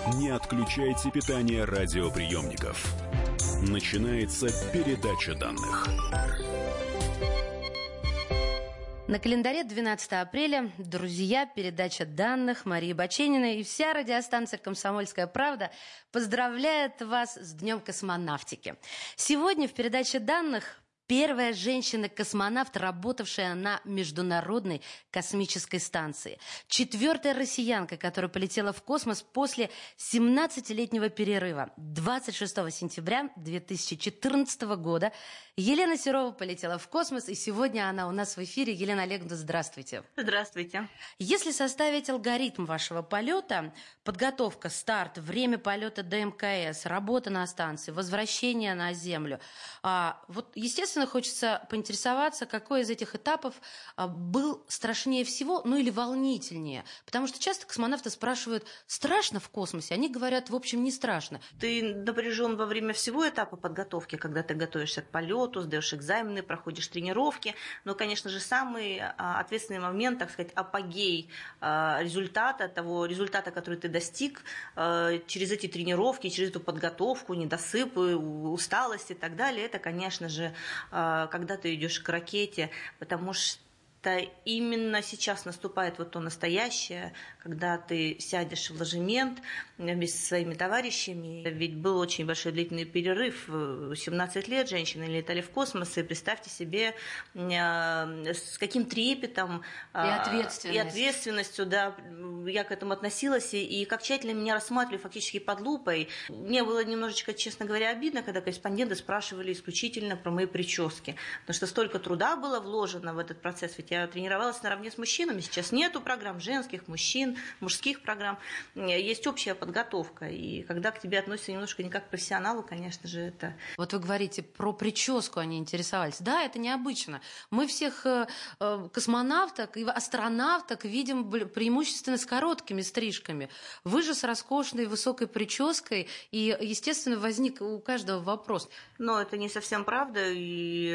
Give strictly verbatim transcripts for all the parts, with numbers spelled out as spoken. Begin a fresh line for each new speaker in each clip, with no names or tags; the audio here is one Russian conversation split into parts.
Не отключайте питание радиоприемников. Начинается передача данных.
На календаре двенадцатое апреля. Друзья, передача данных. Мария Баченина и вся радиостанция «Комсомольская правда» поздравляет вас с Днем космонавтики. Сегодня в передаче данных первая женщина-космонавт, работавшая на Международной космической станции. Четвертая россиянка, которая полетела в космос после семнадцатилетнего перерыва. двадцать шестого сентября две тысячи четырнадцатого года Елена Серова полетела в космос, и сегодня она у нас в эфире. Елена Олеговна, здравствуйте.
Здравствуйте.
Если составить алгоритм вашего полета, подготовка, старт, время полета до эм ка эс, работа на станции, возвращение на Землю, а, вот, естественно, хочется поинтересоваться, какой из этих этапов а, был страшнее всего, ну или волнительнее. Потому что часто космонавты спрашивают, страшно в космосе? Они говорят, в общем, не страшно.
Ты напряжен во время всего этапа подготовки, когда ты готовишься к полету, сдаешь экзамены, проходишь тренировки. Но, конечно же, самый а, ответственный момент, так сказать, апогей а, результата, того результата, который ты достиг а, через эти тренировки, через эту подготовку, недосыпы, усталость и так далее, это, конечно же, когда ты идешь к ракете, потому что именно сейчас наступает вот то настоящее, когда ты сядешь в ложемент вместе со своими товарищами. Ведь был очень большой длительный перерыв. семнадцать лет женщины летали в космос, и представьте себе, с каким трепетом
и ответственностью,
и ответственностью да, я к этому относилась, и как тщательно меня рассматривали фактически под лупой. Мне было немножечко, честно говоря, обидно, когда корреспонденты спрашивали исключительно про мои прически, потому что столько труда было вложено в этот процесс, ведь я тренировалась наравне с мужчинами. Сейчас нету программ женских, мужчин, мужских программ. Есть общая подготовка. И когда к тебе относятся немножко не как к профессионалу, конечно же, это...
Вот вы говорите, про прическу они интересовались. Да, это необычно. Мы всех космонавток и астронавток видим преимущественно с короткими стрижками. Вы же с роскошной высокой прической. И, естественно, возник у каждого вопрос.
Но это не совсем правда. И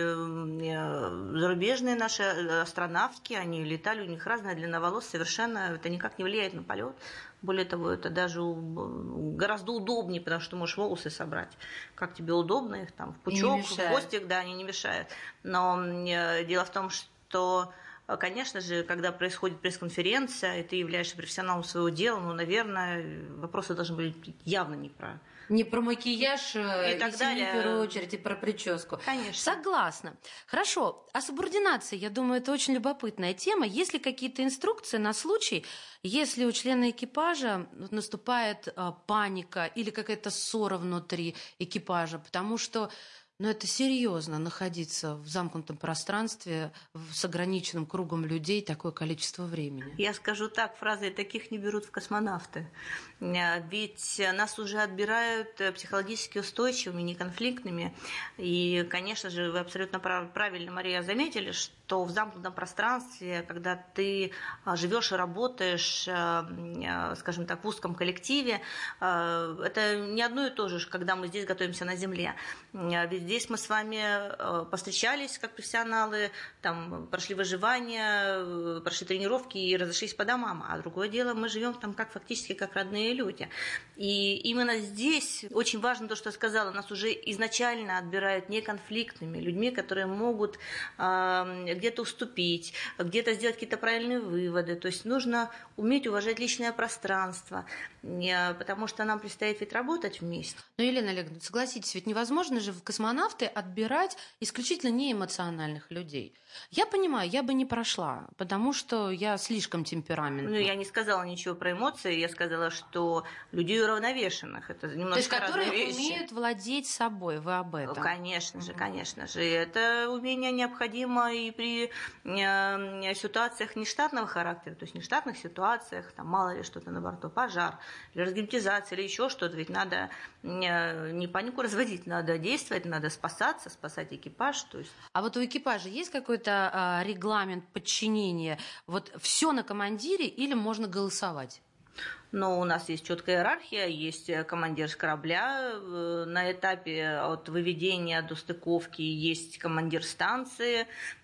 зарубежные наши астронавты, они летали, у них разная длина волос, совершенно это никак не влияет на полет. Более того, это даже гораздо удобнее, потому что ты можешь волосы собрать. Как тебе удобно, их там в пучок, в хвостик, да, они не мешают. Но дело в том, что, конечно же, когда происходит пресс-конференция, и ты являешься профессионалом своего дела, ну, наверное, вопросы должны быть явно не про...
Не про макияж и, и так далее. В первую очередь, и про прическу.
Конечно.
Согласна. Хорошо. О субординации, я думаю, это очень любопытная тема. Есть ли какие-то инструкции на случай, если у члена экипажа наступает а, паника или какая-то ссора внутри экипажа? Потому что но это серьезно, находиться в замкнутом пространстве с ограниченным кругом людей такое количество времени.
Я скажу так, фразы таких не берут в космонавты. Ведь нас уже отбирают психологически устойчивыми, неконфликтными. И, конечно же, вы абсолютно правильно, Мария, заметили, что в замкнутом пространстве, когда ты живешь и работаешь, скажем так, в узком коллективе, это не одно и то же, когда мы здесь готовимся на Земле. Ведь здесь мы с вами повстречались как профессионалы, там, прошли выживание, прошли тренировки и разошлись по домам. А другое дело, мы живем там как фактически как родные люди. И именно здесь очень важно то, что я сказала, нас уже изначально отбирают неконфликтными людьми, которые могут э, где-то уступить, где-то сделать какие-то правильные выводы. То есть нужно уметь уважать личное пространство, э, потому что нам предстоит ведь работать вместе.
Ну, Елена Олеговна, согласитесь, ведь невозможно же в космонавты отбирать исключительно неэмоциональных людей. Я понимаю, я бы не прошла, потому что я слишком темпераментна.
Ну, я не сказала ничего про эмоции, я сказала, что людей уравновешенных. Это немножко
То есть, которые
вещи.
Умеют владеть собой, вы об этом?
Конечно же, конечно же. Это умение необходимо и при э, ситуациях нештатного характера, то есть нештатных ситуациях, там мало ли что-то на борту, пожар, или разгерметизация, или еще что-то. Ведь надо э, не панику разводить, надо действовать, надо спасаться, спасать экипаж. То есть...
А вот у экипажа есть какой-то а, регламент подчинения? Вот все на командире или можно голосовать?
Но у нас есть четкая иерархия, есть командир корабля, на этапе от выведения до стыковки есть командир станции,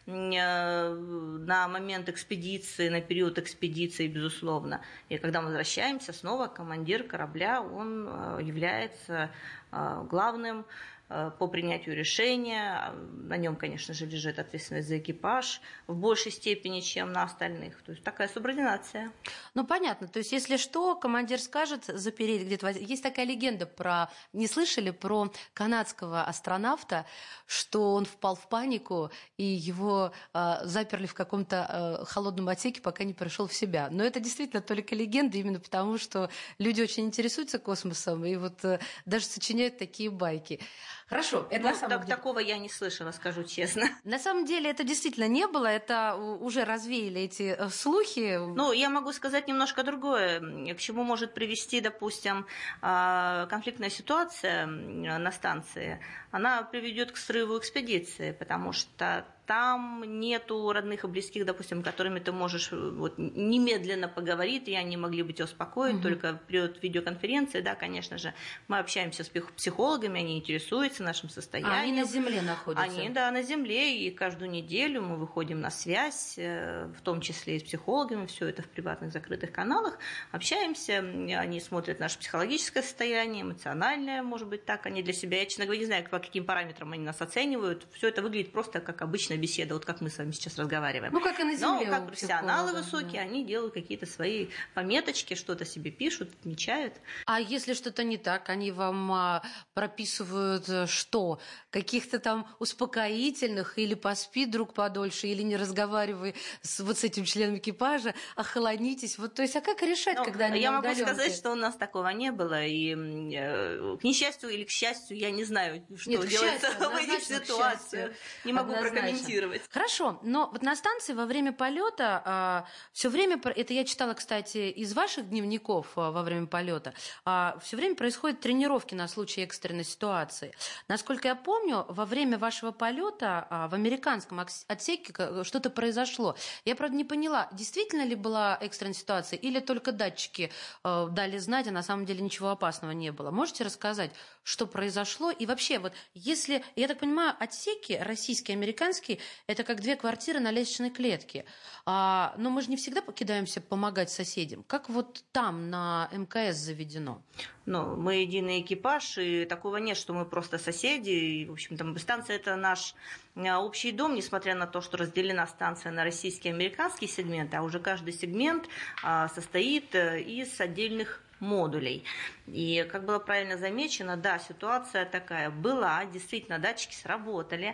на момент экспедиции, на период экспедиции, безусловно. И когда мы возвращаемся, снова командир корабля, он является главным по принятию решения. На нем, конечно же, лежит ответственность за экипаж в большей степени, чем на остальных. То есть такая субординация.
Ну, понятно. То есть, если что, командир скажет запереть где-то. Есть такая легенда про... Не слышали про канадского астронавта, что он впал в панику, и его э, заперли в каком-то э, холодном отсеке, пока не пришел в себя. Но это действительно только легенда, именно потому, что люди очень интересуются космосом, и вот э, даже сочиняют такие байки. Хорошо, это
ну,
на самом
так,
деле...
Такого я не слышала, скажу честно.
На самом деле это действительно не было, это уже развеяли эти слухи.
Ну, я могу сказать немножко другое. К чему может привести, допустим, конфликтная ситуация на станции? Она приведет к срыву экспедиции, потому что там нету родных и близких, допустим, которыми ты можешь вот, немедленно поговорить, и они могли бы тебя успокоить, угу. Только в период видеоконференции, да, конечно же, мы общаемся с психологами, они интересуются нашим состоянием.
А они на земле находятся?
Они, да, на земле, и каждую неделю мы выходим на связь, в том числе и с психологами, все это в приватных закрытых каналах, общаемся, они смотрят наше психологическое состояние, эмоциональное, может быть, так, они для себя, я, честно говоря, не знаю, по каким параметрам они нас оценивают, все это выглядит просто как обычная беседа, вот как мы с вами сейчас разговариваем.
Ну, как и на земле.
Но как профессионалы высокие,
да.
Они делают какие-то свои пометочки, что-то себе пишут, отмечают.
А если что-то не так, они вам а, прописывают что? Каких-то там успокоительных, или поспи друг подольше, или не разговаривай с вот с этим членом экипажа, охолонитесь. Вот, то есть, а как решать,
ну,
когда они
Я
на
могу
удаленке?
сказать, что у нас такого не было, и э, к несчастью или к счастью, я не знаю, что
Нет,
делается
счастью,
в этих ситуациях. Не могу
однозначно.
прокомментировать.
Хорошо, но вот на станции во время полета а, все время, это я читала, кстати, из ваших дневников а, во время полета, а, все время происходят тренировки на случай экстренной ситуации. Насколько я помню, во время вашего полета а, в американском отсеке что-то произошло. Я, правда, не поняла, действительно ли была экстренная ситуация, или только датчики а, дали знать, а на самом деле ничего опасного не было. Можете рассказать, что произошло? И вообще, вот если, я так понимаю, отсеки российские, американские, это как две квартиры на лестничной клетке. А, но мы же не всегда покидаемся помогать соседям. Как вот там на эм ка эс заведено?
Ну, мы единый экипаж, и такого нет, что мы просто соседи. И, в общем-то, станция – это наш общий дом, несмотря на то, что разделена станция на российские и американские сегменты, а уже каждый сегмент а, состоит из отдельных модулей. И, как было правильно замечено, да, ситуация такая была, действительно, датчики сработали.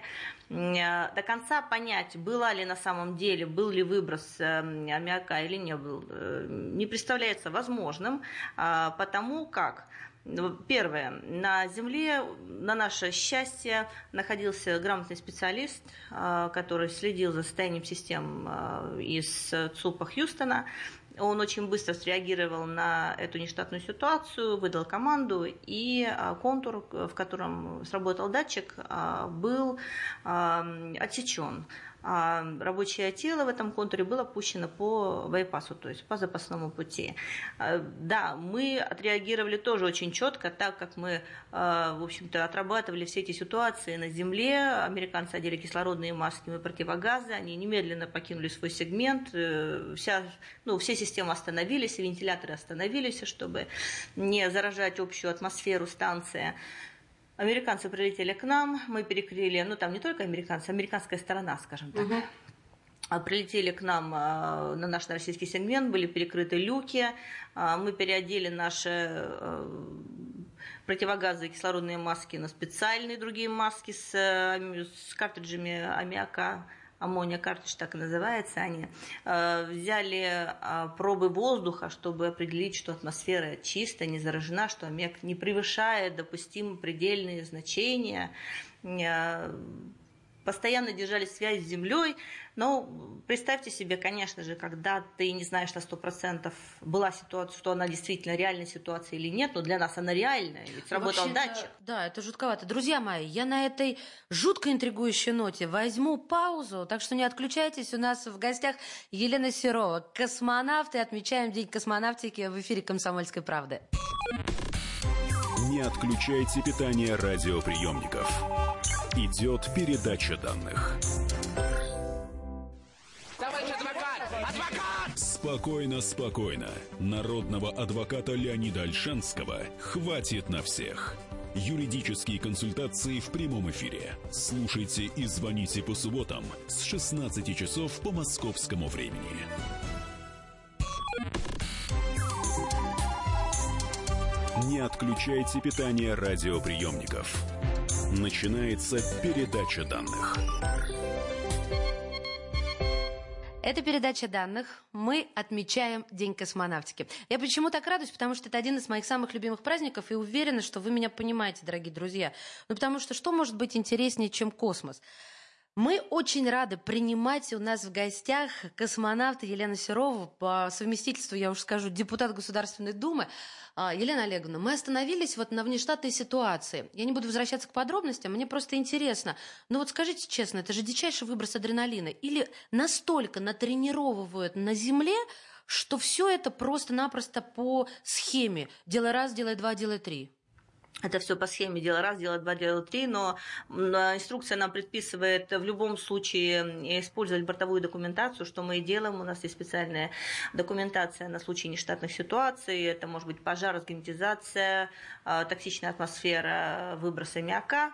До конца понять, была ли на самом деле, был ли выброс аммиака или не был, не представляется возможным, потому как первое, на Земле, на наше счастье, находился грамотный специалист, который следил за состоянием систем из ЦУПа Хьюстона. Он очень быстро среагировал на эту нештатную ситуацию, выдал команду, и контур, в котором сработал датчик, был отсечен. А рабочее тело в этом контуре было пущено по байпасу, то есть по запасному пути. Да, мы отреагировали тоже очень четко, так как мы, в общем-то, отрабатывали все эти ситуации на Земле. Американцы одели кислородные маски и противогазы, они немедленно покинули свой сегмент, вся, ну, все системы остановились, вентиляторы остановились, чтобы не заражать общую атмосферу станции. Американцы прилетели к нам, мы перекрыли, ну там не только американцы, американская сторона, скажем так. Угу. Прилетели к нам на наш российский сегмент, были перекрыты люки, мы переодели наши противогазы и кислородные маски на специальные другие маски с, с картриджами аммиака. Аммония картридж, так и называется, они взяли пробы воздуха, чтобы определить, что атмосфера чистая, не заражена, что аммиак не превышает допустимые предельные значения. постоянно держали связь с землей. Но представьте себе, конечно же, когда ты не знаешь на сто процентов, была ситуация, что она действительно реальная ситуация или нет, но для нас она реальная, ведь сработал датчик.
Да, это жутковато. Друзья мои, я на этой жутко интригующей ноте возьму паузу, так что не отключайтесь. У нас в гостях Елена Серова, космонавт, и отмечаем День космонавтики в эфире «Комсомольской правды».
Не отключайте питание радиоприемников. Идет передача данных.
Товарищ адвокат! Адвокат!
Спокойно, спокойно. Народного адвоката Леонида Ольшанского хватит на всех. Юридические консультации в прямом эфире. Слушайте и звоните по субботам с шестнадцати часов по московскому времени. Не отключайте питание радиоприемников. Начинается передача данных.
Это передача данных. Мы отмечаем День космонавтики. Я почему так радуюсь? Потому что это один из моих самых любимых праздников, и уверена, что вы меня понимаете, дорогие друзья. Ну, потому что что может быть интереснее, чем космос? Мы очень рады принимать у нас в гостях космонавта Елену Серову, по совместительству, я уже скажу, депутат Государственной Думы. Елена Олеговна, мы остановились вот на внештатной ситуации. Я не буду возвращаться к подробностям, мне просто интересно. Но вот скажите честно, это же дичайший выброс адреналина. Или настолько натренировывают на Земле, что все это просто-напросто по схеме. Делай раз, делай два, делай три.
Это все по схеме дело раз, дело два, дело три, но инструкция нам предписывает в любом случае использовать бортовую документацию, что мы и делаем. У нас есть специальная документация на случай нештатных ситуаций. Это может быть пожар, разгерметизация, токсичная атмосфера, выброс аммиака.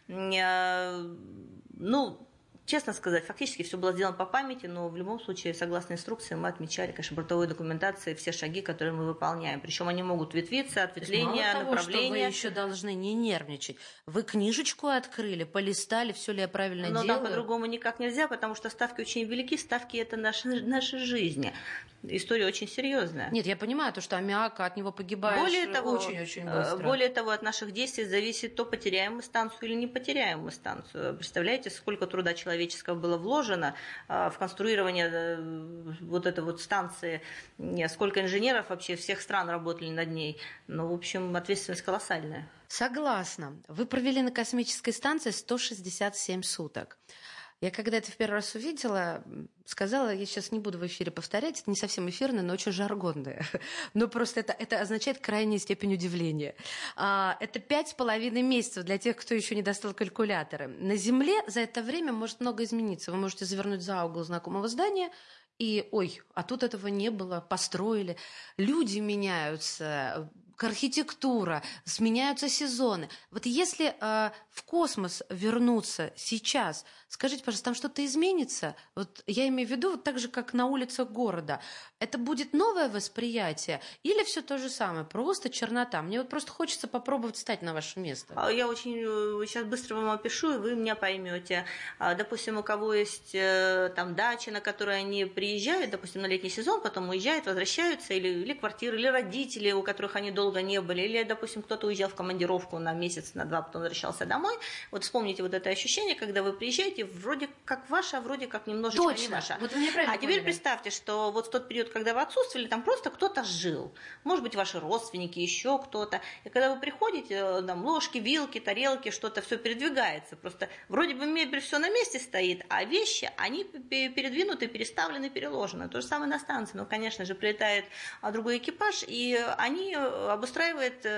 Ну, честно сказать, фактически все было сделано по памяти, но в любом случае, согласно инструкции, мы отмечали, конечно, бортовой документации все шаги, которые мы выполняем. Причем они могут ветвиться, ответвления,
мало
направления.
Того, что вы еще должны не нервничать. Вы книжечку открыли, полистали, все ли я правильно
но
делаю?
Но по-другому никак нельзя, потому что ставки очень велики. Ставки – это наши, наши жизни. История очень серьезная.
Нет, я понимаю, то, что аммиак, от него погибаешь
более того,
очень-очень быстро.
Более того, от наших действий зависит, то потеряем мы станцию или не потеряем мы станцию. Представляете, сколько труда человеческого было вложено в конструирование вот этой вот станции, сколько инженеров вообще всех стран работали над ней. Ну, в общем, ответственность колоссальная.
Согласна. Вы провели на космической станции сто шестьдесят семь суток. Я когда это в первый раз увидела, сказала, я сейчас не буду в эфире повторять, это не совсем эфирное, но очень жаргонное. Но просто это, это означает крайняя степень удивления. А, это пять с половиной месяцев для тех, кто еще не достал калькуляторы. На Земле за это время может много измениться. Вы можете завернуть за угол знакомого здания, и, ой, а тут этого не было, построили. Люди меняются, архитектура, сменяются сезоны. Вот если э, в космос вернуться сейчас, скажите, пожалуйста, там что-то изменится? Вот я имею в виду, вот так же, как на улицах города. Это будет новое восприятие или все то же самое, просто чернота? Мне вот просто хочется попробовать встать на ваше место.
Я очень сейчас быстро вам опишу, и вы меня поймете. Допустим, у кого есть там дача, на которую они приезжают, допустим, на летний сезон, потом уезжают, возвращаются, или, или квартиры, или родители, у которых они долго не были, или, допустим, кто-то уезжал в командировку на месяц, на два, потом возвращался домой. Вот вспомните вот это ощущение, когда вы приезжаете, вроде как ваше, а вроде как немножечко
Точно.
не ваше.
Вот вы меня правильно
а теперь
поняли.
Представьте, что вот в тот период, когда вы отсутствовали, там просто кто-то жил. Может быть, ваши родственники, еще кто-то. И когда вы приходите, там ложки, вилки, тарелки, что-то все передвигается. Просто вроде бы мебель все на месте стоит, а вещи, они передвинуты, переставлены, переложены. То же самое на станции. Ну, конечно же, прилетает другой экипаж, и они обустраивают,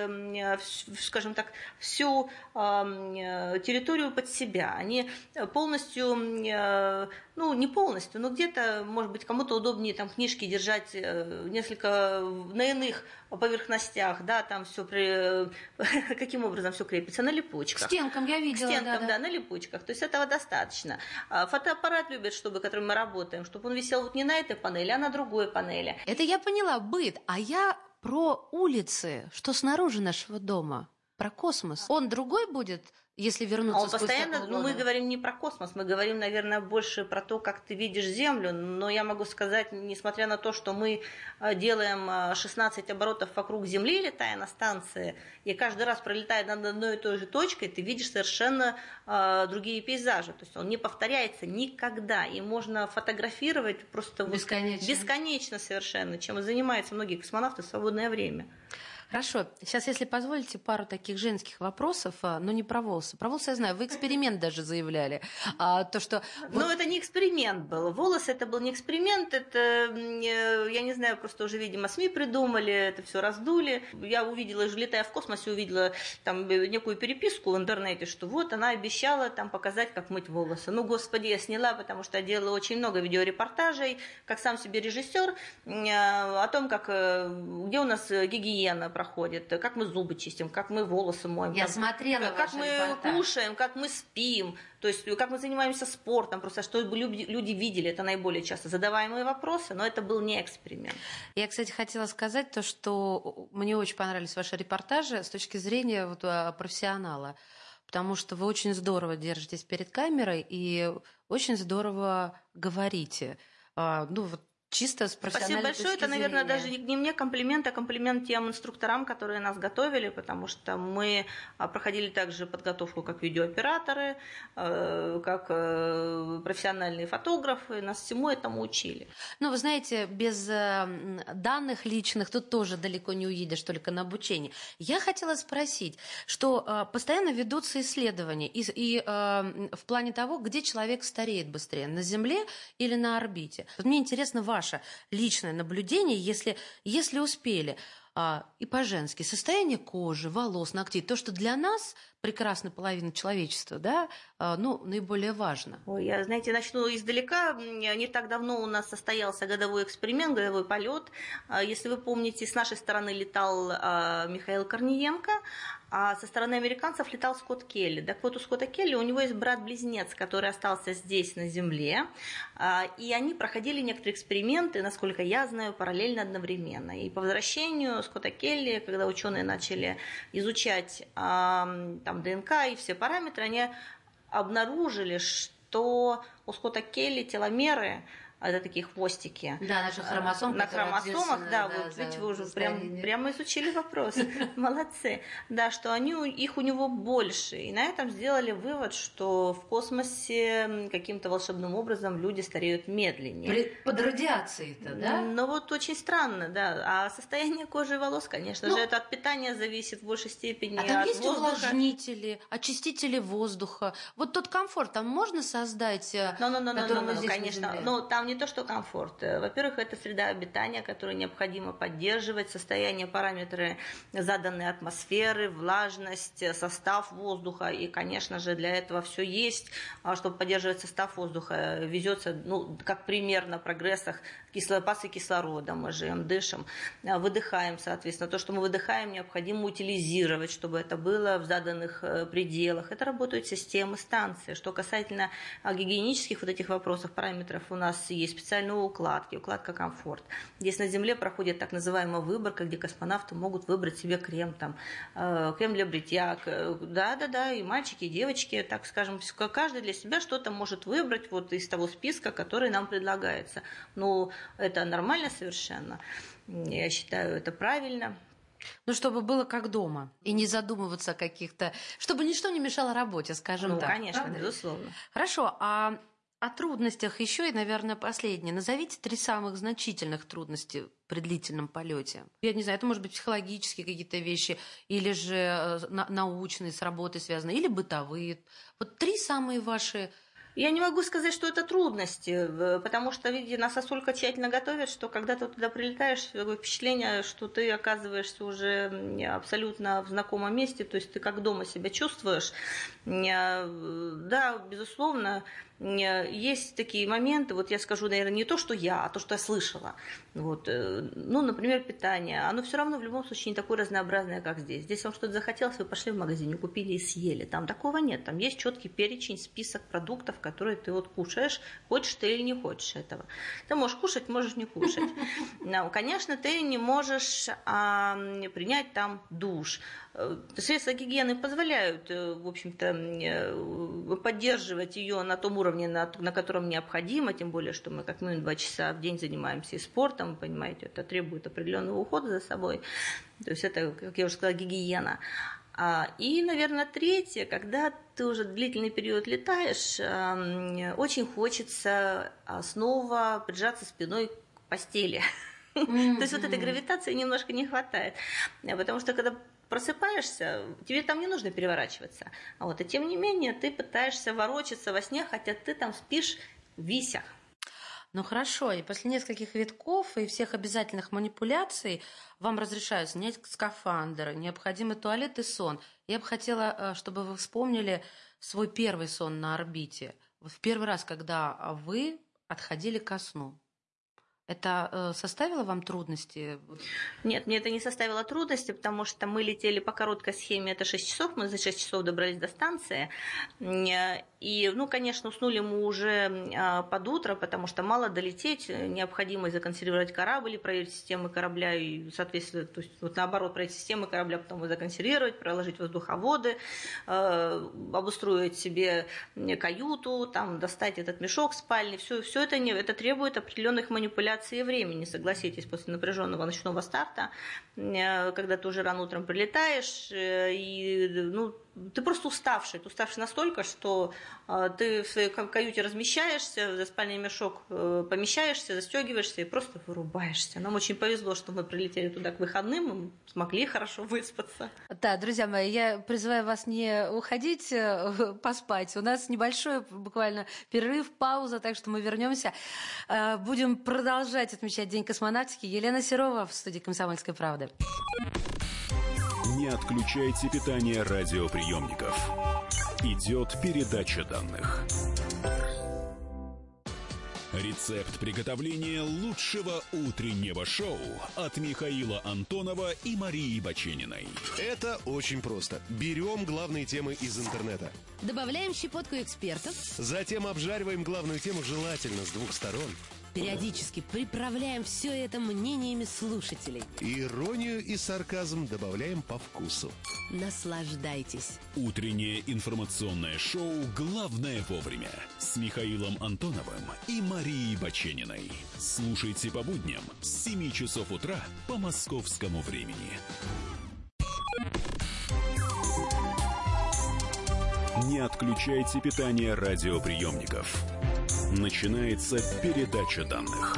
скажем так, всю территорию под себя. Они полностью, ну, не полностью, но где-то, может быть, кому-то удобнее там книжки держать несколько на иных поверхностях, да, там все при... каким образом все крепится? На липучках.
К стенкам я видела.
К стенкам,
да, да.
да, на липучках. То есть этого достаточно. Фотоаппарат любят, чтобы, которым мы работаем, чтобы он висел вот не на этой панели, а на другой панели.
Это я поняла, быт. А я про улицы, что снаружи нашего дома. про космос. Он другой будет, если вернуться
а он
спустя
постоянно,
полгода?
ну, мы говорим не про космос, мы говорим, наверное, больше про то, как ты видишь Землю. Но я могу сказать, несмотря на то, что мы делаем шестнадцать оборотов вокруг Земли, летая на станции, и каждый раз пролетая над одной и той же точкой, ты видишь совершенно э, другие пейзажи. То есть он не повторяется никогда, и можно фотографировать просто
бесконечно,
вот, бесконечно совершенно, чем и занимаются многие космонавты в свободное время.
Хорошо. Сейчас, если позволите, пару таких женских вопросов, но не про волосы. Про волосы я знаю, вы эксперимент даже заявляли. А, то, что...
Но вот... это не эксперимент был. Волосы это был не эксперимент, это, я не знаю, просто уже, видимо, СМИ придумали, это все раздули. Я увидела, летая в космосе, увидела там некую переписку в интернете, что вот она обещала там показать, как мыть волосы. Ну, господи, я сняла, потому что я делала очень много видеорепортажей, как сам себе режиссер, о том, как, где у нас гигиена проходит, как мы зубы чистим, как мы волосы моем.
Я
там,
смотрела
как мы
репортаж.
Кушаем, как мы спим, то есть как мы занимаемся спортом, просто чтобы люди, люди видели, это наиболее часто задаваемые вопросы, но это был не эксперимент.
Я, кстати, хотела сказать то, что мне очень понравились ваши репортажи с точки зрения вот, профессионала, потому что вы очень здорово держитесь перед камерой и очень здорово говорите. Ну, вот чисто с профессиональной
Спасибо большое.
точки
Это, наверное,
зрения.
даже не мне комплимент, а комплимент тем инструкторам, которые нас готовили, потому что мы проходили также подготовку как видеооператоры, как профессиональные фотографы. Нас всему этому учили.
Ну, вы знаете, без данных личных тут тоже далеко не уедешь, только на обучение. Я хотела спросить, что постоянно ведутся исследования и, и в плане того, где человек стареет быстрее, на Земле или на орбите. Мне интересно ваше ваше личное наблюдение, если, если успели, а, и по-женски, состояние кожи, волос, ногтей, то, что для нас, прекрасной половины человечества, да, а, ну, наиболее важно.
Ой, я, знаете, начну издалека. Не так давно у нас состоялся годовой эксперимент, годовой полет. Если вы помните, с нашей стороны летал а, Михаил Корниенко, а со стороны американцев летал Скотт Келли. Так вот, у Скотта Келли, у него есть брат-близнец, который остался здесь, на Земле, и они проходили некоторые эксперименты, насколько я знаю, параллельно одновременно. И по возвращению Скотта Келли, когда ученые начали изучать там, ДНК и все параметры, они обнаружили, что у Скотта Келли теломеры, это такие хвостики.
Да, наши хромосомы.
На хромосомах, да, да, вот видите, вы уже прям, прямо изучили вопрос. Молодцы. Да, что они, их у него больше. И на этом сделали вывод, что в космосе каким-то волшебным образом люди стареют медленнее.
Под радиацией-то, да?
Ну вот очень странно, да. А состояние кожи и волос, конечно ну, же, это от питания зависит в большей степени.
А там
от
есть
воздуха.
увлажнители, очистители воздуха. Вот тот комфорт там можно создать,
no, no, no,
который
no, no,
мы
no,
здесь
конечно. Но там не то, что комфорт. Во-первых, это среда обитания, которую необходимо поддерживать, состояние, параметры заданной атмосферы, влажность, состав воздуха. И, конечно же, для этого все есть. Чтобы поддерживать состав воздуха, везется, ну, как пример на прогрессах, запасы кислорода, мы живем, дышим, выдыхаем, соответственно. То, что мы выдыхаем, необходимо утилизировать, чтобы это было в заданных пределах. Это работают системы станции. Что касательно гигиенических вот этих вопросов, параметров, у нас есть специальные укладки, укладка комфорт. Здесь на Земле проходит так называемая выборка, где космонавты могут выбрать себе крем, там, э, крем для бритья, да-да-да, и мальчики, и девочки, так скажем, каждый для себя что-то может выбрать вот из того списка, который нам предлагается. Ну, это нормально совершенно, я считаю, это правильно.
Ну, чтобы было как дома, и не задумываться о каких-то... Чтобы ничто не мешало работе, скажем
ну,
так.
Ну, конечно,
правда?
Безусловно.
Хорошо, а о трудностях еще и, наверное, последнее. Назовите три самых значительных трудности при длительном полете. Я не знаю, это может быть психологические какие-то вещи, или же научные, с работой связанные, или бытовые. Вот три самые ваши...
Я не могу сказать, что это трудности, потому что, видите, нас настолько тщательно готовят, что когда ты туда прилетаешь, такое впечатление, что ты оказываешься уже абсолютно в знакомом месте, то есть ты как дома себя чувствуешь. Да, безусловно, есть такие моменты, вот я скажу, наверное, не то, что я, а то, что я слышала. Вот. Ну, например, питание. Оно все равно в любом случае не такое разнообразное, как здесь. Здесь вам что-то захотелось, вы пошли в магазин, купили и съели. Там такого нет. Там есть четкий перечень, список продуктов, которые ты вот кушаешь, хочешь ты или не хочешь этого. Ты можешь кушать, можешь не кушать. Но, конечно, ты не можешь а, принять там душ. Средства гигиены позволяют, в общем-то, поддерживать ее на том уровне, на, на котором необходимо, тем более, что мы как минимум два часа в день занимаемся и спортом, вы понимаете, это требует определенного ухода за собой. То есть это, как я уже сказала, гигиена. И, наверное, третье, когда ты уже длительный период летаешь, очень хочется снова прижаться спиной к постели. Mm-hmm. То есть вот этой гравитации немножко не хватает. Потому что когда просыпаешься, тебе там не нужно переворачиваться. Вот, и тем не менее ты пытаешься ворочаться во сне, хотя ты там спишь вися.
Ну хорошо, и после нескольких витков и всех обязательных манипуляций вам разрешают снять скафандр, необходимый туалет и сон. Я бы хотела, чтобы вы вспомнили свой первый сон на орбите. В первый раз, когда вы отходили ко сну. Это составило вам трудности?
Нет, мне это не составило трудности, потому что мы летели по короткой схеме, это шесть часов, мы за шесть часов добрались до станции. И, ну, конечно, уснули мы уже под утро, потому что мало долететь, необходимо законсервировать корабль, проверить системы корабля, и, соответственно, то есть, вот наоборот, проверить системы корабля, потом его законсервировать, проложить воздуховоды, обустроить себе каюту, там, достать этот мешок спальный. Все, все это, не, это требует определенных манипуляций и времени, согласитесь, после напряженного ночного старта, когда ты уже рано утром прилетаешь, и, ну, ты просто уставший, ты уставший настолько, что ты в своей каюте размещаешься, в спальный мешок помещаешься, застегиваешься и просто вырубаешься. Нам очень повезло, что мы прилетели туда к выходным, мы смогли хорошо выспаться.
Да, друзья мои, я призываю вас не уходить поспать. У нас небольшой буквально перерыв, пауза, так что мы вернемся. Будем продолжать отмечать День космонавтики. Елена Серова в студии «Комсомольской правды».
Не отключайте питание радиоприемников. Идет передача данных. Рецепт приготовления лучшего утреннего шоу от Михаила Антонова и Марии Бачениной.
Это очень просто. Берем главные темы из интернета.
Добавляем щепотку экспертов.
Затем обжариваем главную тему желательно с двух сторон.
Периодически приправляем все это мнениями слушателей.
Иронию и сарказм добавляем по вкусу.
Наслаждайтесь.
Утреннее информационное шоу «Главное вовремя» с Михаилом Антоновым и Марией Бачениной. Слушайте по будням с семи часов утра по московскому времени. Не отключайте питание радиоприемников. Начинается передача данных.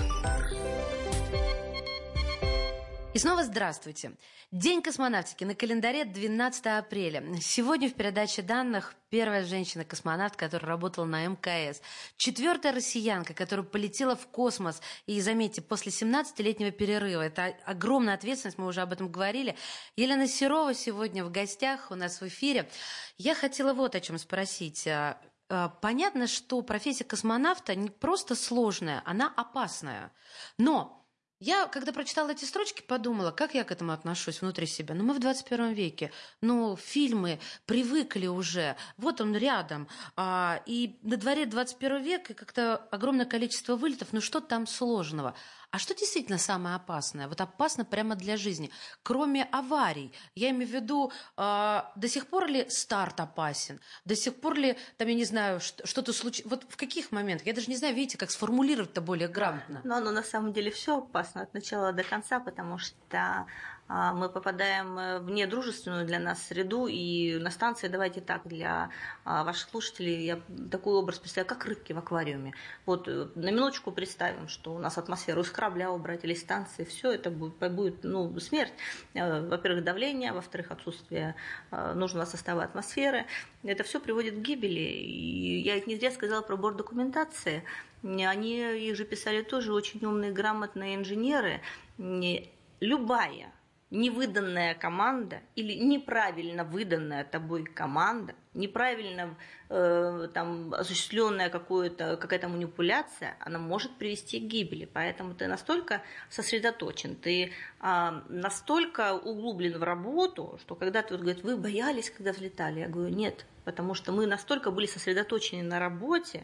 И снова здравствуйте. День космонавтики на календаре двенадцатое апреля. Сегодня в передаче данных первая женщина-космонавт, которая работала на эм ка эс. Четвертая россиянка, которая полетела в космос. И, заметьте, после семнадцатилетнего перерыва. Это огромная ответственность, мы уже об этом говорили. Елена Серова сегодня в гостях у нас в эфире. Я хотела вот о чем спросить. Понятно, что профессия космонавта не просто сложная, она опасная. Но я, когда прочитала эти строчки, подумала, как я к этому отношусь внутри себя. Ну, мы в двадцать первом веке, ну, фильмы привыкли уже, вот он рядом. А, и на дворе двадцать первый век, и как-то огромное количество вылетов, ну, что там сложного? А что действительно самое опасное? Вот опасно прямо для жизни. Кроме аварий. Я имею в виду, э, до сих пор ли старт опасен? До сих пор ли, там, я не знаю, что-то случилось? Вот в каких моментах? Я даже не знаю, видите, как сформулировать-то более грамотно.
Но оно на самом деле все опасно от начала до конца, потому что мы попадаем в недружественную для нас среду, и на станции, давайте так, для ваших слушателей, я такой образ представляю, как рыбки в аквариуме. Вот на минуточку представим, что у нас атмосферу из корабля убрать или станции, все это будет, будет ну, смерть. Во-первых, давление, во-вторых, отсутствие нужного состава атмосферы. Это все приводит к гибели. И я не зря сказала про борт-документации. Они, их же писали тоже очень умные, грамотные инженеры. Любая невыданная команда или неправильно выданная тобой команда, неправильно э, там, осуществленная какая-то манипуляция, она может привести к гибели. Поэтому ты настолько сосредоточен, ты э, настолько углублен в работу, что когда ты вот говоришь, вы боялись, когда взлетали, я говорю, нет, потому что мы настолько были сосредоточены на работе,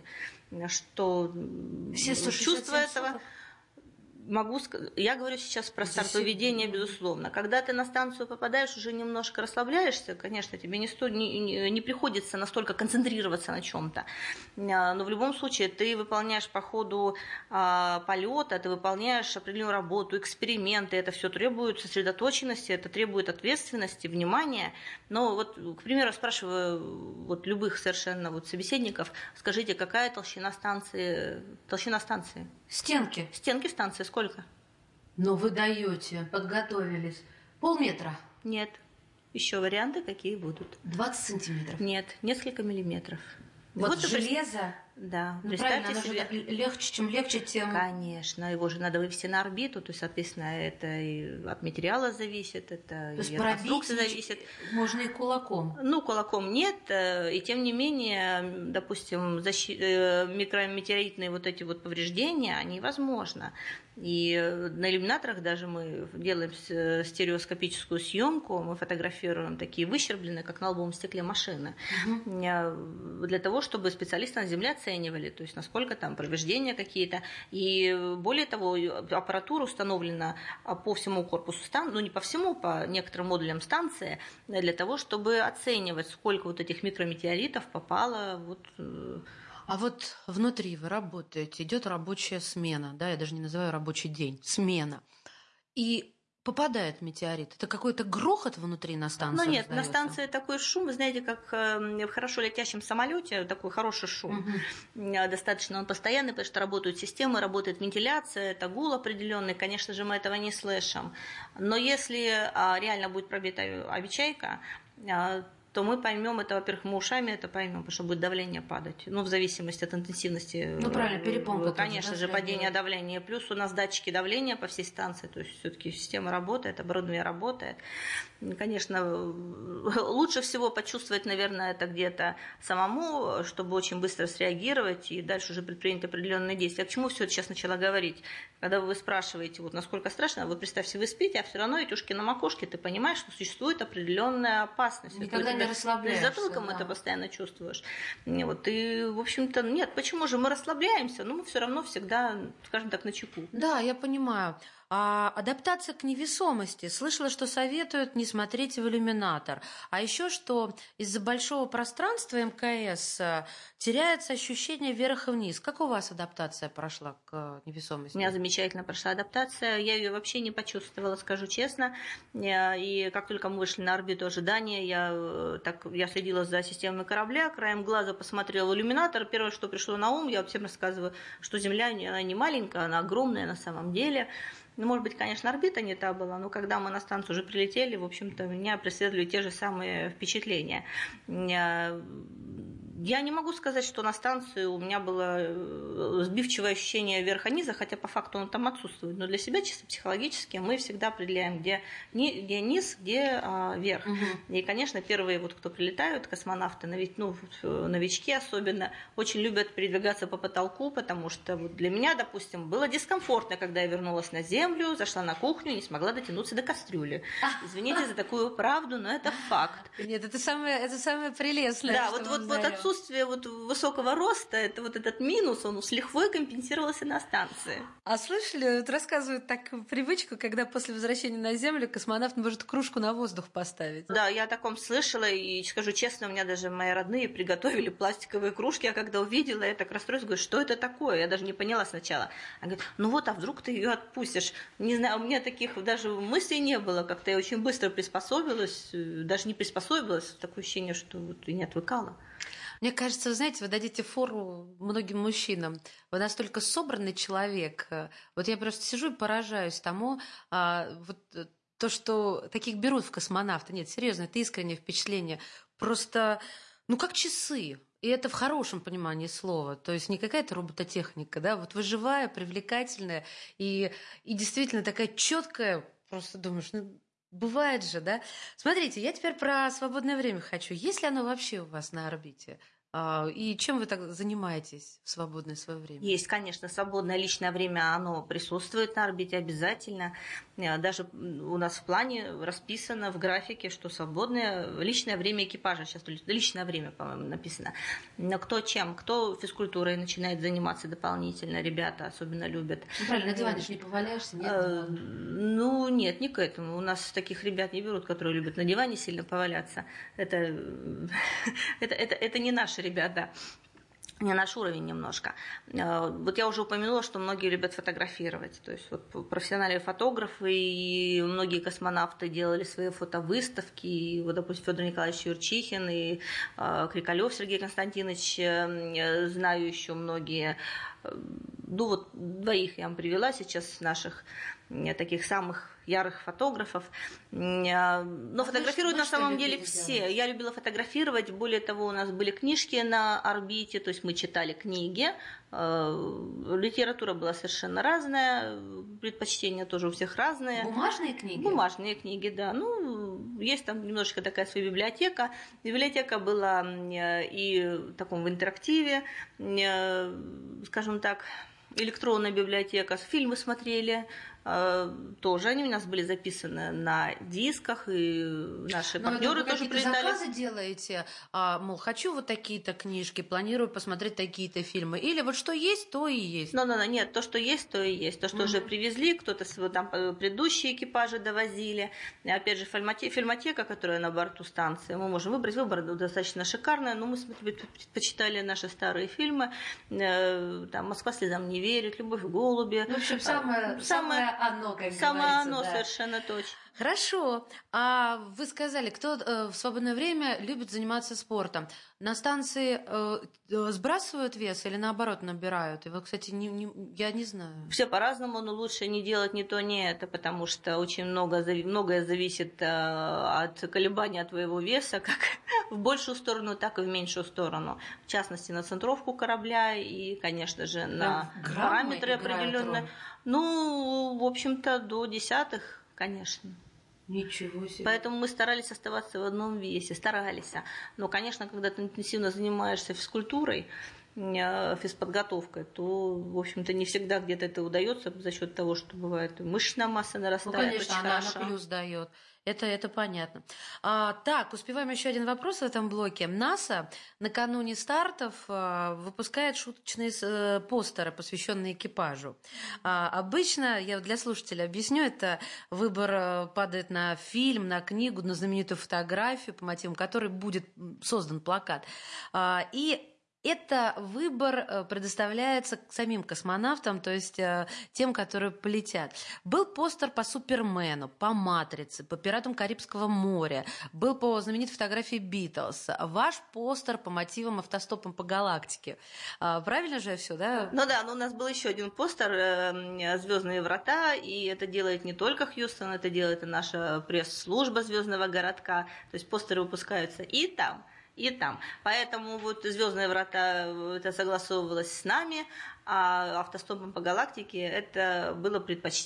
что
Все
чувство этого...
суток.
Могу сказать, я говорю сейчас про стартоведение, безусловно. Когда ты на станцию попадаешь, уже немножко расслабляешься, конечно, тебе не, сто, не, не, не приходится настолько концентрироваться на чем-то. Но в любом случае ты выполняешь по ходу а, полета, ты выполняешь определенную работу, эксперименты, это все требует сосредоточенности, это требует ответственности, внимания. Но вот, к примеру, спрашиваю вот любых совершенно вот собеседников, скажите, какая толщина станции? Толщина станции?
Стенки.
Стенки станции сколько?
Но вы даете, подготовились. Полметра?
Нет. Еще варианты какие будут?
двадцать сантиметров?
Нет, несколько миллиметров.
Вот, вот
Пред...
железо?
Да.
Ну, правильно, оно себе... же легче, чем легче, тем...
Конечно, его же надо вывести на орбиту, то есть, соответственно, это и от материала зависит, это
то есть
и от конструкции зависит.
Можно и кулаком?
Ну, кулаком нет, и тем не менее, допустим, защи... микрометеоритные вот эти вот повреждения, они возможны. И на иллюминаторах даже мы делаем стереоскопическую съемку, мы фотографируем такие выщербленные, как на лобовом стекле машины, угу. для того, чтобы специалисты на Земле оценивали, то есть насколько там повреждения какие-то. И более того, аппаратура установлена по всему корпусу станции, ну не по всему, по некоторым модулям станции, для того, чтобы оценивать, сколько вот этих микрометеоритов попало вот...
А вот внутри вы работаете, идет рабочая смена, да, я даже не называю рабочий день, смена. И попадает метеорит. Это какой-то грохот внутри на станции?
Ну нет,
раздаётся?
На станции такой шум, вы знаете, как в хорошо летящем самолете, такой хороший шум. Угу. Достаточно он постоянный, потому что работают системы, работает вентиляция, это гул определенный. Конечно же, мы этого не слышим. Но если реально будет пробита авиачайка, то мы поймем это, во-первых, мы ушами это поймем, потому что будет давление падать. Ну, в зависимости от интенсивности.
Ну, правильно, перепомпа.
Конечно
тоже,
же,
да,
падение давления. Плюс у нас датчики давления по всей станции, то есть все-таки система работает, оборудование работает. Конечно, лучше всего почувствовать, наверное, это где-то самому, чтобы очень быстро среагировать, и дальше уже предпринять определенные действия. Я к чему все это сейчас начала говорить? Когда вы спрашиваете, вот насколько страшно, вы представьте, вы спите, а все равно эти ушки на макушке, ты понимаешь, что существует определенная опасность.
Никогда не расслабляешься.
Затылком
да.
это постоянно чувствуешь. Вот, и, в общем-то, нет, почему же мы расслабляемся, но мы все равно всегда, скажем так, начеку.
Да, я понимаю. А адаптация к невесомости. Слышала, что советуют не смотреть в иллюминатор. А еще что из-за большого пространства МКС теряется ощущение вверх и вниз. Как у вас адаптация прошла к невесомости?
У меня замечательно прошла адаптация. Я ее вообще не почувствовала, скажу честно. И как только мы вышли на орбиту ожидания, я, так, я следила за системой корабля, краем глаза посмотрела в иллюминатор. Первое, что пришло на ум, я всем рассказываю, что Земля она не маленькая, она огромная на самом деле. Ну, может быть, конечно, орбита не та была, но когда мы на станцию уже прилетели, в общем-то, меня преследовали те же самые впечатления. Я не могу сказать, что на станции у меня было сбивчивое ощущение верха-низа, хотя по факту он там отсутствует. Но для себя чисто психологически мы всегда определяем, где, где низ, где а, верх. Угу. И, конечно, первые, вот, кто прилетают, космонавты, ну, новички особенно, очень любят передвигаться по потолку, потому что вот для меня, допустим, было дискомфортно, когда я вернулась на Землю, зашла на кухню и не смогла дотянуться до кастрюли. Извините за такую правду, но это факт.
Нет, это самое, это самое прелестное.
Да, вот, вот, вот отсутствие вот высокого роста, это вот этот минус, он с лихвой компенсировался на станции.
А слышали, вот рассказывают так привычку, когда после возвращения на Землю космонавт может кружку на воздух поставить.
Да, я о таком слышала, и скажу честно, у меня даже мои родные приготовили пластиковые кружки, я когда увидела, я так расстроилась, говорю, что это такое? Я даже не поняла сначала. Она говорит, ну вот, а вдруг ты ее отпустишь? Не знаю, у меня таких даже мыслей не было, как-то я очень быстро приспособилась, даже не приспособилась, такое ощущение, что вот и не отвыкала.
Мне кажется, вы знаете, вы дадите фору многим мужчинам. Вы настолько собранный человек. Вот я просто сижу и поражаюсь тому, а, вот, то, что таких берут в космонавты. Нет, серьезно, это искреннее впечатление. Просто, ну, как часы. И это в хорошем понимании слова. То есть не какая-то робототехника, да, вот вы живая, привлекательная и, и действительно такая четкая. Просто думаешь, ну, Бывает же, да? Смотрите, я теперь про свободное время хочу. Есть ли оно вообще у вас на орбите? А, И чем вы так занимаетесь в свободное свое время?
Есть, конечно, свободное личное время, оно присутствует на орбите обязательно. Э, Даже у нас в плане расписано в графике, что свободное личное время экипажа, сейчас личное время, по-моему, написано. Но кто чем? Кто физкультурой начинает заниматься дополнительно, ребята особенно любят.
Ну, правильно, на диване же не поваляешься, нет?
Э, Ну, нет, не к этому. У нас таких ребят не берут, которые любят на диване сильно поваляться. Это, это, это, это не наши ребята. Не наш уровень немножко. Э, Вот я уже упомянула, что многие любят фотографировать. То есть вот профессиональные фотографы и многие космонавты делали свои фотовыставки. И вот, допустим, Федор Николаевич Юрчихин и э, Крикалев Сергей Константинович, э, знаю еще многие. Ну вот двоих я вам привела сейчас наших э, таких самых ярых фотографов. Э, Но фотографируют
вы
на
что
самом
любили
деле все.
делать?
Я любила фотографировать. Более того, у нас были книжки на орбите, то есть мы читали книги. Э, Литература была совершенно разная, предпочтения тоже у всех разные.
Бумажные книги?
Бумажные книги, да. Ну, есть там немножечко такая своя библиотека. Библиотека была э, и в таком в интерактиве, э, скажем так, электронная библиотека. Фильмы смотрели. э, Тоже они у нас были записаны на дисках, и наши
Ну,
партнеры
вы
тоже
какие-то
прилетали.
заказы делаете, а, мол, хочу вот такие-то книжки, планирую посмотреть такие-то фильмы, или вот что есть, то и есть?
Ну, ну, ну, нет, то, что есть, то и есть. То, что
Мгм.
уже привезли, кто-то с- вот там э, предыдущие экипажи довозили. И опять же, фильмоте- фильмотека, которая на борту станции, мы можем выбрать. Выбор достаточно шикарный, но мы смотри, предпочитали наши старые фильмы. Э, Там «Москва слезам не верит», «Любовь в голуби».
Ну, в общем, самое, самое оно, как
самое
говорится,
оно,
да.
совершенно точно.
Хорошо. А вы сказали, кто э, в свободное время любит заниматься спортом. На станции э, э, сбрасывают вес или наоборот набирают? И вот, кстати, не, не- я не знаю.
Все по-разному, но лучше не делать ни то, ни это, потому что очень много, зави- многое зависит э, от колебания твоего веса, как в большую сторону, так и в меньшую сторону. В частности, на центровку корабля и, конечно же, на
Прям граммы
параметры
играют
определенные.
роль?
Ну, в общем-то, до десятых, конечно.
Ничего себе.
Поэтому мы старались оставаться в одном весе, старались. Но, конечно, когда ты интенсивно занимаешься физкультурой, э, физподготовкой, то, в общем-то, не всегда где-то это удается за счет того, что бывает и мышечная масса
Ну,
нарастает.
конечно,
очень
она,
хорошо.
она плюс дает. Это, это понятно. А, так, успеваем еще один вопрос в этом блоке. НАСА накануне стартов а, выпускает шуточные э, постеры, посвященные экипажу. А, обычно, я для слушателя объясню, это выбор э, падает на фильм, на книгу, на знаменитую фотографию, по мотивам которой будет м, создан плакат. А, и это выбор э, предоставляется к самим космонавтам, то есть э, тем, которые полетят. Был постер по Супермену, по Матрице, по Пиратам Карибского моря, был по знаменитой фотографии Битлз. Ваш постер по мотивам автостопом по галактике. А, правильно же все, да?
Ну да, но у нас был еще один постер «Звездные врата», и это делает не только Хьюстон, это делает и наша пресс-служба Звездного городка. То есть постеры выпускаются и там, и там. Поэтому вот «Звездные врата» это согласовывалось с нами, а «Автостопом по галактике» это было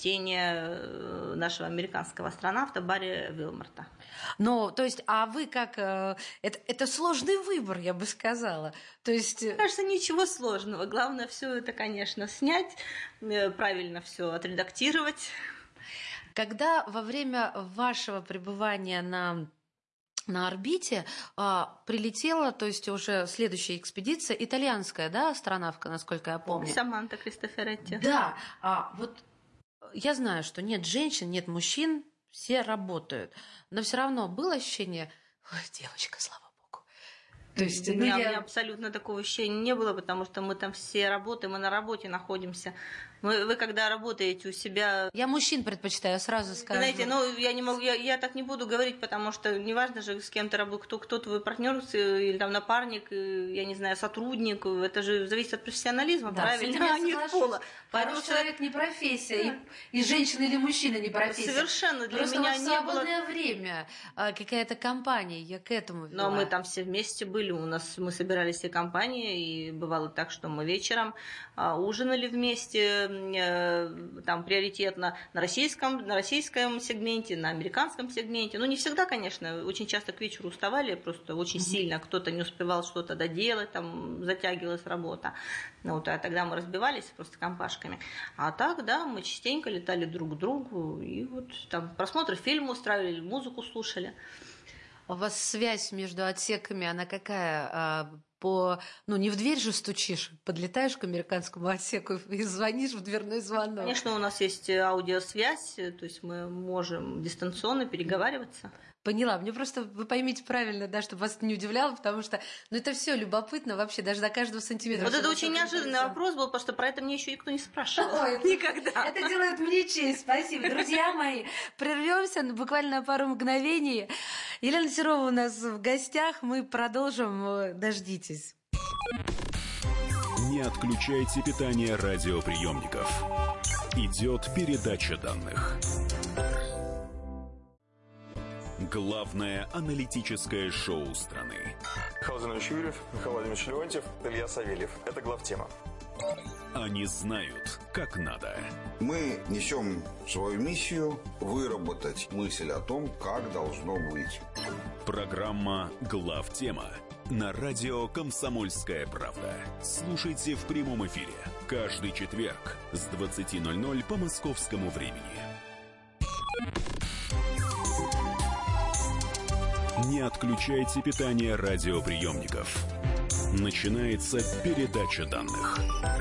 предпочтение нашего американского астронавта Барри Вилморта.
Ну, то есть, а вы как... э, это, это сложный выбор, я бы сказала. То есть...
Мне кажется, ничего сложного. Главное все это, конечно, снять, э, правильно все отредактировать.
Когда во время вашего пребывания на, на орбите а, прилетела, то есть уже следующая экспедиция, итальянская, да, астронавтка, насколько я помню?
Саманта Кристоферетти.
Да, а, вот я знаю, что нет женщин, нет мужчин, все работают, но все равно было ощущение, ой, девочка, слава богу. То есть,
У
ну,
меня,
я-
у меня абсолютно такого ощущения не было, потому что мы там все работаем, мы на работе находимся. Мы, вы когда работаете у себя...
Я мужчин предпочитаю, сразу скажу.
Знаете, ну я не могу, я, я так не буду говорить, потому что неважно же, с кем ты работаешь, кто, кто твой партнер или там напарник, и, я не знаю, сотрудник, это же зависит от профессионализма,
Да, с
правильно,
этим я
а не от
соглашусь.
пола.
Хороший
Потому что
человек не профессия, и, и женщина или мужчина не профессия.
совершенно для
Просто
меня
вот в
не было...
свободное время а, какая-то компания, я к этому вела.
Но мы там все вместе были, у нас мы собирались все компании, и бывало так, что мы вечером а, ужинали вместе, там приоритетно на российском, на российском сегменте, на американском сегменте. Ну, не всегда, конечно, очень часто к вечеру уставали, просто очень mm-hmm. сильно, кто-то не успевал что-то доделать, там затягивалась работа. Ну, вот, а тогда мы разбивались просто компашками. А так, да, мы частенько летали друг к другу, и вот там просмотр фильма устраивали, музыку слушали.
У вас связь между отсеками, она какая? По, ну, не в дверь же стучишь, подлетаешь к американскому отсеку и звонишь в дверной звонок.
Конечно, у нас есть аудиосвязь, то есть мы можем дистанционно переговариваться.
Поняла. Мне просто, вы поймите правильно, да, чтобы вас это не удивляло, потому что, ну, это все любопытно вообще, даже до каждого сантиметра.
Вот это очень неожиданный вопрос был, потому что про это мне еще никто не спрашивал.
Ой, никогда. Это делает мне честь. Спасибо. Друзья мои, прервемся буквально на пару мгновений. Елена Серова у нас в гостях. Мы продолжим. Дождитесь.
Не отключайте питание радиоприемников. Идет передача данных. Главное аналитическое шоу страны.
Михаил Владимирович Юрьев, Михаил Владимирович Леонтьев, Илья Савельев. Это главтема.
Они знают, как надо.
Мы несем свою миссию выработать мысль о том, как должно быть.
Программа «Главтема» на радио «Комсомольская правда». Слушайте в прямом эфире каждый четверг с двадцати ноль-ноль по московскому времени. Не отключайте питание радиоприемников. Начинается передача данных.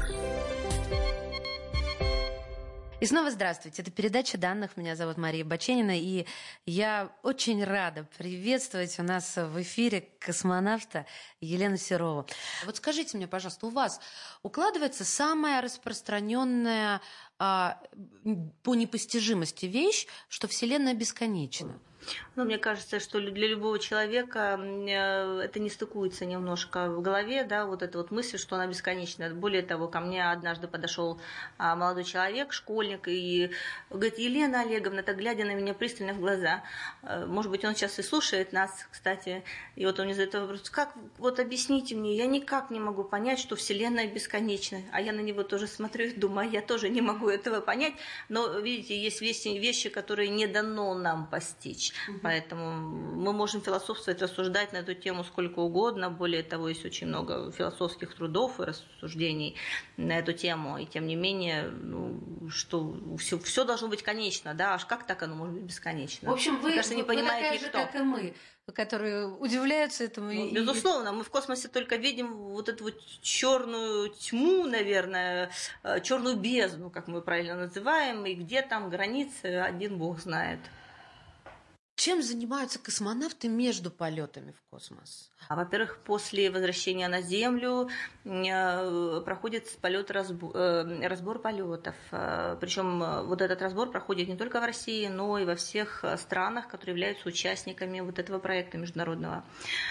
И снова здравствуйте. Это передача данных. Меня зовут Мария Баченина. И я очень рада приветствовать у нас в эфире космонавта Елену Серову. Вот скажите мне, пожалуйста, у вас укладывается самая распространенная а, по непостижимости вещь, что Вселенная бесконечна?
Ну, мне кажется, что для любого человека это не стыкуется немножко в голове, да, вот эта вот мысль, что она бесконечна. Более того, ко мне однажды подошел молодой человек, школьник, и говорит: Елена Олеговна, так глядя на меня пристально в глаза, может быть, он сейчас и слушает нас, кстати, и вот он мне задает вопрос: как, вот объясните мне, я никак не могу понять, что Вселенная бесконечна. А я на него тоже смотрю и думаю, я тоже не могу этого понять, но, видите, есть вещи, которые не дано нам постичь. Поэтому мы можем философствовать, рассуждать на эту тему сколько угодно. Более того, есть очень много философских трудов и рассуждений на эту тему. И тем не менее, ну, что все, все должно быть конечно, да? Аж как так оно может быть бесконечно?
В общем, вы,
кажется, не
вы,
понимаете,
вы такая
никто.
же, как и мы, которые удивляются этому.
Ну,
и...
Безусловно, мы в космосе только видим вот эту вот черную тьму, наверное, черную бездну, как мы правильно называем, и где там границы, один Бог знает.
Чем занимаются космонавты между полетами в космос?
Во-первых, после возвращения на Землю проходит полет, разбор, разбор полетов. Причем вот этот разбор проходит не только в России, но и во всех странах, которые являются участниками вот этого проекта международного.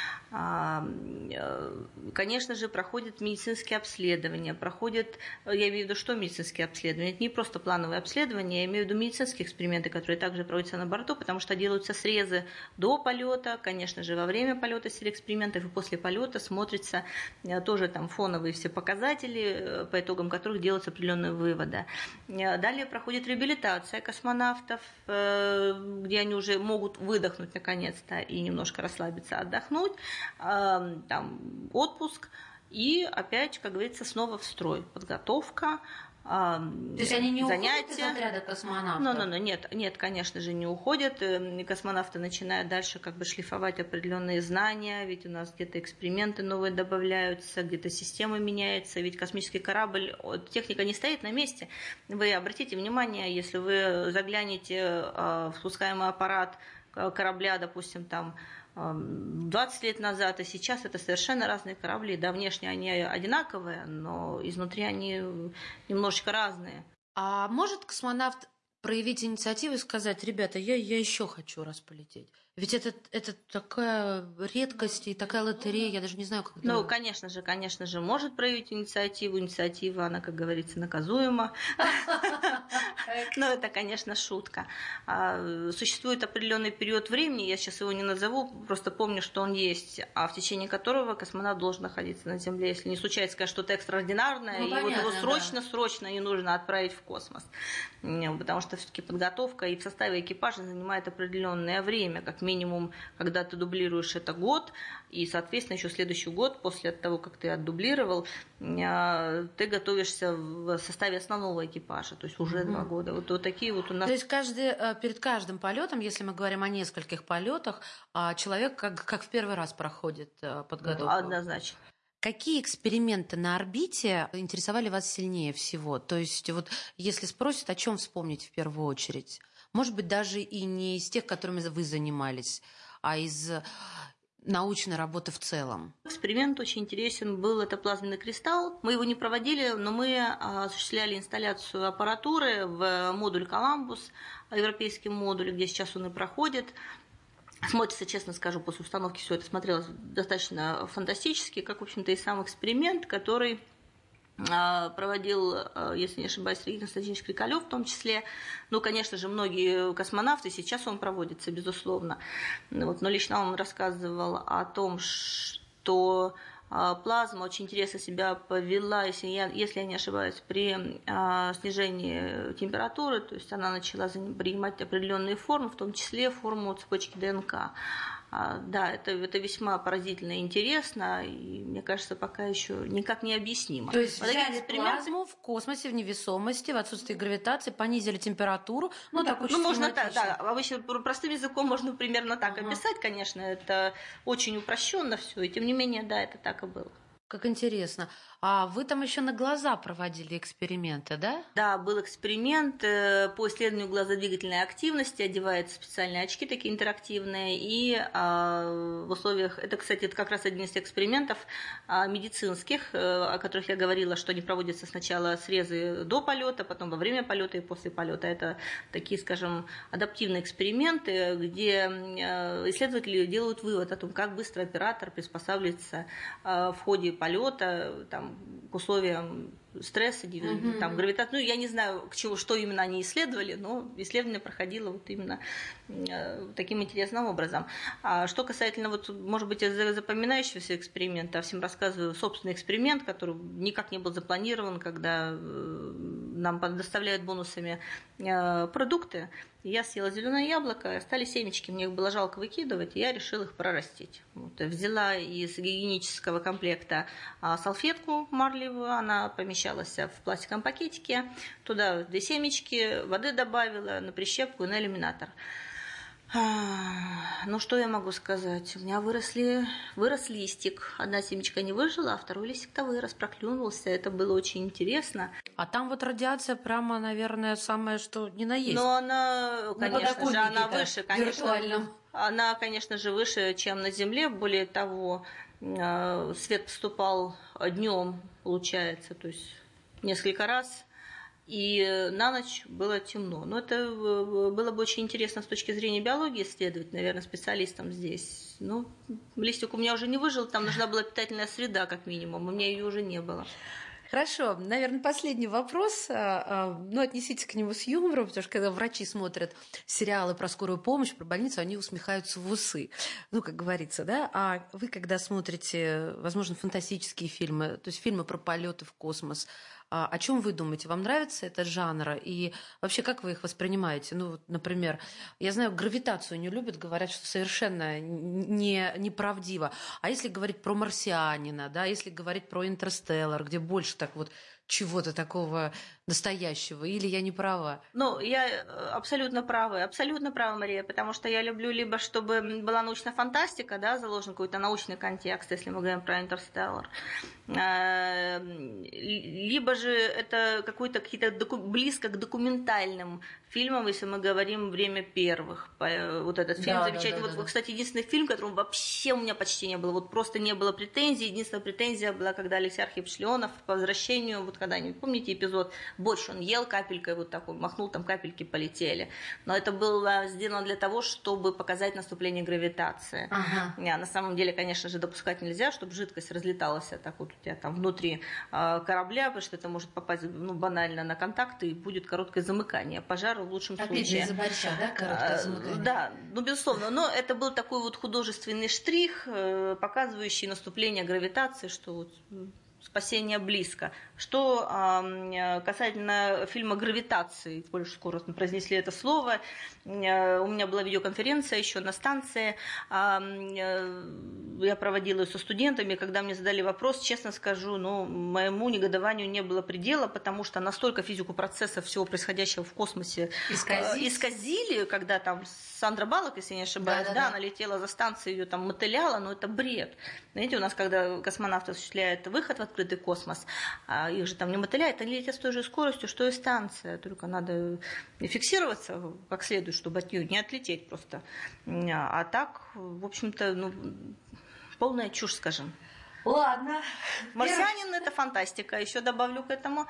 Конечно же, проходят медицинские обследования, проходят, я имею в виду, что медицинские обследования, это не просто плановые обследования, я имею в виду медицинские эксперименты, которые также проводятся на борту, потому что делаются срезы до полета, конечно же, во время полета серии экспериментов и после полета смотрятся тоже там фоновые все показатели, по итогам которых делаются определенные выводы. Далее проходит реабилитация космонавтов, где они уже могут выдохнуть наконец-то и немножко расслабиться, отдохнуть. Там отпуск и опять, как говорится, снова в строй. Подготовка,
То есть они не
занятия.
уходят из отряда космонавтов?
Ну, ну, ну, нет, нет, конечно же, не уходят. Космонавты начинают дальше как бы шлифовать определенные знания, ведь у нас где-то эксперименты новые добавляются, где-то система меняется, ведь космический корабль, техника не стоит на месте. Вы обратите внимание, если вы заглянете в спускаемый аппарат корабля, допустим, там, двадцать лет назад, и сейчас это совершенно разные корабли. Да, внешне они одинаковые, но изнутри они немножечко разные.
А может космонавт проявить инициативу и сказать: ребята, я, я еще хочу раз полететь. Ведь это, это такая редкость и такая лотерея, я даже не знаю, как это...
Ну, конечно же, конечно же, может проявить инициативу. Инициатива, она, как говорится, наказуема. Но это, конечно, шутка. Существует определенный период времени, я сейчас его не назову, просто помню, что он есть, а в течение которого космонавт должен находиться на Земле, если не случается, сказать, что-то экстраординарное, и вот его срочно-срочно не нужно отправить в космос. Потому что все-таки подготовка и в составе экипажа занимает определенное время, как минимум, когда ты дублируешь это год, и, соответственно, еще следующий год, после того, как ты отдублировал, ты готовишься в составе основного экипажа, то есть уже mm-hmm. два года. Вот, вот такие вот у нас...
То есть каждый, перед каждым полетом, если мы говорим о нескольких полетах, человек как, как в первый раз проходит подготовку?
Однозначно.
Какие эксперименты на орбите интересовали вас сильнее всего? То есть вот если спросят, о чем вспомнить в первую очередь? Может быть, даже и не из тех, которыми вы занимались, а из научной работы в целом.
Эксперимент очень интересен был, это плазменный кристалл. Мы его не проводили, но мы осуществляли инсталляцию аппаратуры в модуль «Коламбус», европейский модуль, где сейчас он и проходит. Смотрится, честно скажу, после установки все это смотрелось достаточно фантастически, как, в общем-то, и сам эксперимент, который проводил, если не ошибаюсь, Сергей Константинович Крикалёв в том числе. Ну, конечно же, многие космонавты, сейчас он проводится, безусловно. Вот, но лично он рассказывал о том, что плазма очень интересно себя повела, если я, если я не ошибаюсь, при снижении температуры, то есть она начала принимать определенные формы, в том числе форму цепочки ДНК. Да, это, это весьма поразительно и интересно, и, мне кажется, пока еще никак не объяснимо.
То есть вот взяли плазму в космосе, в невесомости, в отсутствии гравитации, понизили температуру. Ну,
ну,
так
ну можно так, да. Обычно простым языком можно примерно так ага. описать, конечно, это очень упрощенно все, и тем не менее, да, это так и было.
Как интересно. А вы там еще на глаза проводили эксперименты, да?
Да, был эксперимент по исследованию глазодвигательной активности. Одеваются специальные очки такие интерактивные. И а, в условиях... Это, кстати, это как раз один из экспериментов а, медицинских, о которых я говорила, что они проводятся сначала срезы до полета, потом во время полета и после полета. Это такие, скажем, адаптивные эксперименты, где исследователи делают вывод о том, как быстро оператор приспосабливается в ходе полета там, к условиям стресса, mm-hmm. там, гравитации. Ну, я не знаю, к чему, что именно они исследовали, но исследование проходило вот именно э, таким интересным образом. А что касательно, вот, может быть, запоминающегося эксперимента, я всем рассказываю собственный эксперимент, который никак не был запланирован, когда э, нам предоставляют бонусами э, продукты. Я съела зеленое яблоко, остались семечки, мне их было жалко выкидывать, и я решила их прорастить. Вот, взяла из гигиенического комплекта салфетку марлевую, она помещалась в пластиковом пакетике, туда две семечки, воды добавила, на прищепку и на иллюминатор. Ну, что я могу сказать? У меня выросли, вырос листик. Одна семечка не выжила, а второй листик-то вырос, проклюнулся. Это было очень интересно.
А там вот радиация прямо, наверное, самое, что ни на есть.
Но она, конечно же, она выше, конечно. Она, конечно же, выше, чем на Земле. Более того, свет поступал днем, получается, то есть несколько раз. И на ночь было темно. Но это было бы очень интересно с точки зрения биологии исследовать, наверное, специалистам здесь. Ну, листик у меня уже не выжил, там нужна была питательная среда, как минимум, у меня ее уже не было.
Хорошо, наверное, последний вопрос, ну, отнеситесь к нему с юмором, потому что когда врачи смотрят сериалы про скорую помощь, про больницу, они усмехаются в усы, ну, как говорится, да, а вы, когда смотрите, возможно, фантастические фильмы, то есть фильмы про полеты в космос, о чем вы думаете? Вам нравится этот жанр? И вообще, как вы их воспринимаете? Ну, вот, например, я знаю, гравитацию не любят, говорят, что совершенно не, неправдиво. А если говорить про «Марсианина», да, если говорить про «Интерстеллар», где больше так вот чего-то такого настоящего, или я не права?
Ну, я абсолютно права, абсолютно права, Мария, потому что я люблю либо, чтобы была научная фантастика, да, заложен какой-то научный контекст, если мы говорим про «Интерстеллар», либо же это какой-то, какие-то доку- близко к документальным фильмом, если мы говорим «Время первых». Вот этот фильм
да,
замечательный.
Да, да,
вот,
да.
Кстати, единственный фильм, к которому вообще у меня почти не было. Вот просто не было претензий. Единственная претензия была, когда Алексей Архипович Леонов по возвращению, вот когда-нибудь, помните эпизод, борщ он ел капелькой, вот такой, махнул, там капельки полетели. Но это было сделано для того, чтобы показать наступление гравитации.
Ага.
Не, на самом деле, конечно же, допускать нельзя, чтобы жидкость разлеталась так вот у тебя там внутри э, корабля, потому что это может попасть, ну, банально на контакты, и будет короткое замыкание. Пожар в лучшем
Опять
случае.
же из-за борща, да, короткое замыкание?
Да, ну, безусловно. Но это был такой вот художественный штрих, э, показывающий наступление гравитации, что вот спасение близко. Что э, касательно фильма «Гравитации», больше скоро произнесли это слово, э, у меня была видеоконференция еще на станции, э, я проводила ее со студентами, когда мне задали вопрос, честно скажу, ну, моему негодованию не было предела, потому что настолько физику процессов всего происходящего в космосе
Исказить.
э, исказили, когда там Сандра Баллок, если я не ошибаюсь, да, да, да, она летела за станцией, ее там мотыляла, но это бред. Знаете, у нас, когда космонавт осуществляет выход в открытый космос, их же там не мотыляет, они летят с той же скоростью, что и станция, только надо фиксироваться как следует, чтобы от нее не отлететь просто. А так, в общем-то, ну, полная чушь, скажем.
Ладно.
«Марсианин» — это фантастика. Еще добавлю к этому.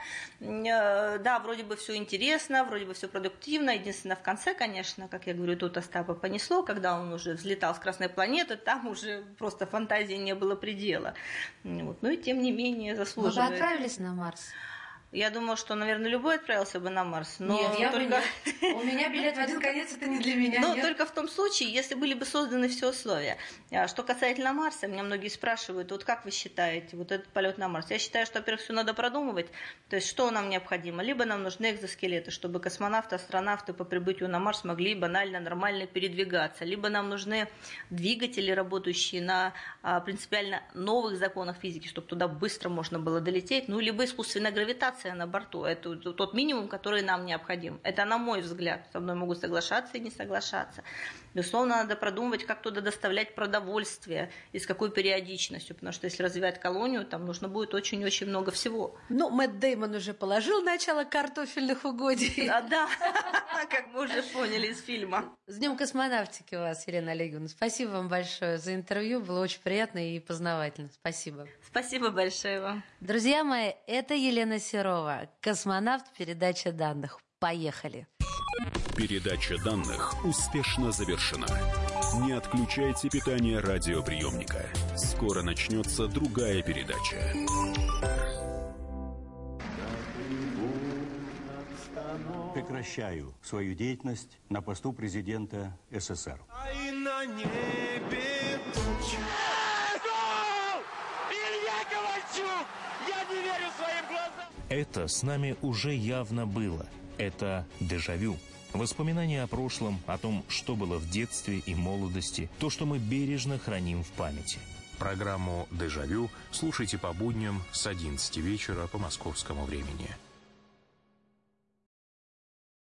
Да, вроде бы все интересно, вроде бы все продуктивно. Единственное, в конце, конечно, как я говорю, тут Остапа понесло, когда он уже взлетал с Красной планеты, там уже просто фантазии не было предела. Вот. Но и тем не менее заслуживает.
Вы бы отправились на Марс?
Я думаю, что, наверное, любой отправился бы на Марс. Но
Нет, я
только...
бы не... У меня билет в один конец, это не для меня.
Но
нет?
только в том случае, если были бы созданы все условия. Что касательно Марса, меня многие спрашивают, вот как вы считаете, вот этот полет на Марс? Я считаю, что, во-первых, все надо продумывать. То есть, что нам необходимо? Либо нам нужны экзоскелеты, чтобы космонавты, астронавты по прибытию на Марс могли банально, нормально передвигаться. Либо нам нужны двигатели, работающие на принципиально новых законах физики, чтобы туда быстро можно было долететь. Ну, либо искусственная гравитация на борту. Это тот минимум, который нам необходим. Это на мой взгляд. Со мной могут соглашаться и не соглашаться. Безусловно, надо продумывать, как туда доставлять продовольствие и с какой периодичностью. Потому что если развивать колонию, там нужно будет очень-очень много всего.
Ну, Мэтт Дэймон уже положил начало картофельных угодий.
А, да, как мы уже поняли из фильма.
С Днем космонавтики вас, Елена Олеговна. Спасибо вам большое за интервью. Было очень приятно и познавательно. Спасибо.
Спасибо большое вам.
Друзья мои, это Елена Серова, космонавт, передача данных. Поехали.
Передача данных успешно завершена. Не отключайте питание радиоприемника. Скоро начнется другая передача.
Прекращаю свою деятельность на посту президента СССР.
И на небе тучи. Илья Ковальчук! Я не верю своим глазам!
Это с нами уже явно было. Это дежавю. Воспоминания о прошлом, о том, что было в детстве и молодости, то, что мы бережно храним в памяти.
Программу «Дежавю» слушайте по будням с одиннадцати вечера по московскому времени.